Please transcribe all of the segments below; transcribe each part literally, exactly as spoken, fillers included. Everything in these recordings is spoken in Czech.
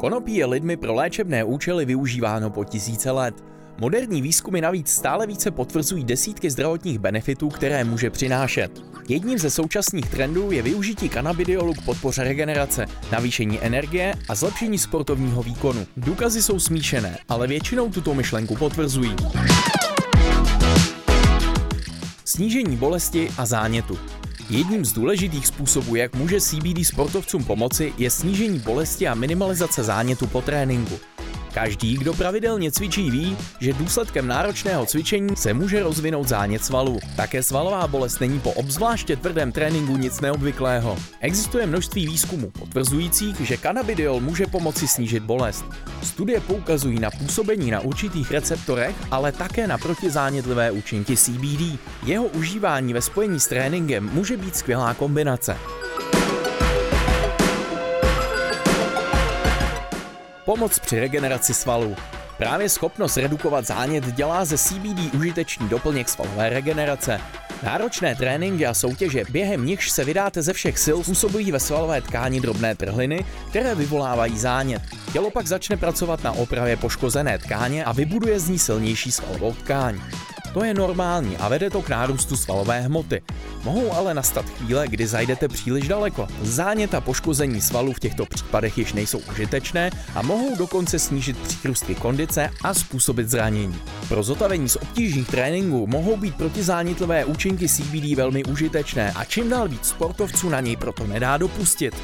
Konopí je lidmi pro léčebné účely využíváno po tisíce let. Moderní výzkumy navíc stále více potvrzují desítky zdravotních benefitů, které může přinášet. Jedním ze současných trendů je využití kanabidiolu k podpoře regenerace, navýšení energie a zlepšení sportovního výkonu. Důkazy jsou smíšené, ale většinou tuto myšlenku potvrzují. Snížení bolesti a zánětu. Jedním z důležitých způsobů, jak může C B D sportovcům pomoci, je snížení bolesti a minimalizace zánětu po tréninku. Každý, kdo pravidelně cvičí, ví, že důsledkem náročného cvičení se může rozvinout zánět svalů. Také svalová bolest není po obzvláště tvrdém tréninku nic neobvyklého. Existuje množství výzkumů potvrzujících, že kanabidiol může pomoci snížit bolest. Studie poukazují na působení na určitých receptorech, ale také na protizánětlivé účinky C B D. Jeho užívání ve spojení s tréninkem může být skvělá kombinace. Pomoc při regeneraci svalů. Právě schopnost redukovat zánět dělá ze C B D užitečný doplněk svalové regenerace. Náročné tréninky a soutěže, během nichž se vydáte ze všech sil, způsobují ve svalové tkáni drobné trhliny, které vyvolávají zánět. Tělo pak začne pracovat na opravě poškozené tkáně a vybuduje z ní silnější svalovou tkáň. To je normální a vede to k nárůstu svalové hmoty. Mohou ale nastat chvíle, kdy zajdete příliš daleko. Zánět a poškození svalů v těchto případech již nejsou užitečné a mohou dokonce snížit přírůstky kondice a způsobit zranění. Pro zotavení z obtížných tréninků mohou být protizánětlivé účinky C B D velmi užitečné a čím dál víc sportovců na něj proto nedá dopustit.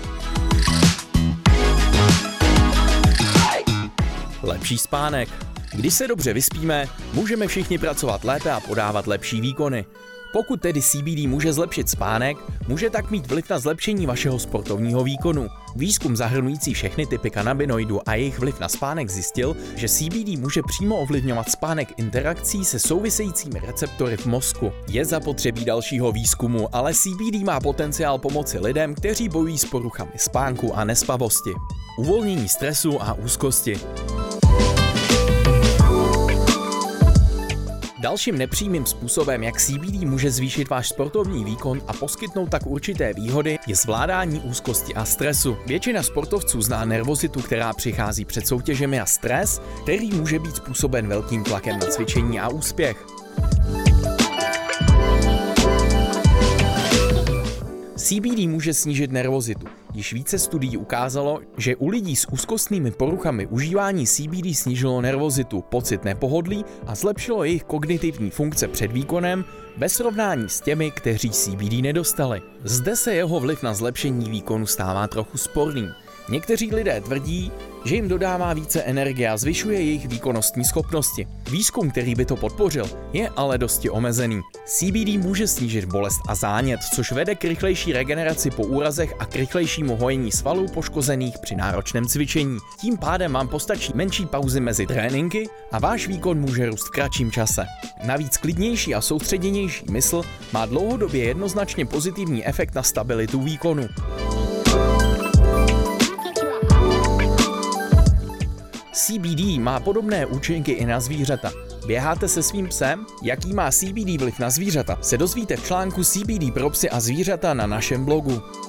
Lepší spánek. Když se dobře vyspíme, můžeme všichni pracovat lépe a podávat lepší výkony. Pokud tedy C B D může zlepšit spánek, může tak mít vliv na zlepšení vašeho sportovního výkonu. Výzkum zahrnující všechny typy kanabinoidů a jejich vliv na spánek zjistil, že C B D může přímo ovlivňovat spánek interakcí se souvisejícími receptory v mozku. Je zapotřebí dalšího výzkumu, ale C B D má potenciál pomoci lidem, kteří bojují s poruchami spánku a nespavosti. Uvolnění stresu a úzkosti. Dalším nepřímým způsobem, jak C B D může zvýšit váš sportovní výkon a poskytnout tak určité výhody, je zvládání úzkosti a stresu. Většina sportovců zná nervozitu, která přichází před soutěžemi, a stres, který může být způsoben velkým tlakem na cvičení a úspěch. C B D může snížit nervozitu. Již více studií ukázalo, že u lidí s úzkostnými poruchami užívání C B D snížilo nervozitu, pocit nepohodlí a zlepšilo jejich kognitivní funkce před výkonem ve srovnání s těmi, kteří C B D nedostali. Zde se jeho vliv na zlepšení výkonu stává trochu sporný. Někteří lidé tvrdí, že jim dodává více energie a zvyšuje jejich výkonnostní schopnosti. Výzkum, který by to podpořil, je ale dosti omezený. C B D může snížit bolest a zánět, což vede k rychlejší regeneraci po úrazech a k rychlejšímu hojení svalů poškozených při náročném cvičení. Tím pádem vám postačí menší pauzy mezi tréninky a váš výkon může růst v kratším čase. Navíc klidnější a soustředěnější mysl má dlouhodobě jednoznačně pozitivní efekt na stabilitu výkonu. C B D má podobné účinky i na zvířata. Běháte se svým psem? Jaký má C B D vliv na zvířata, se dozvíte v článku C B D pro psy a zvířata na našem blogu.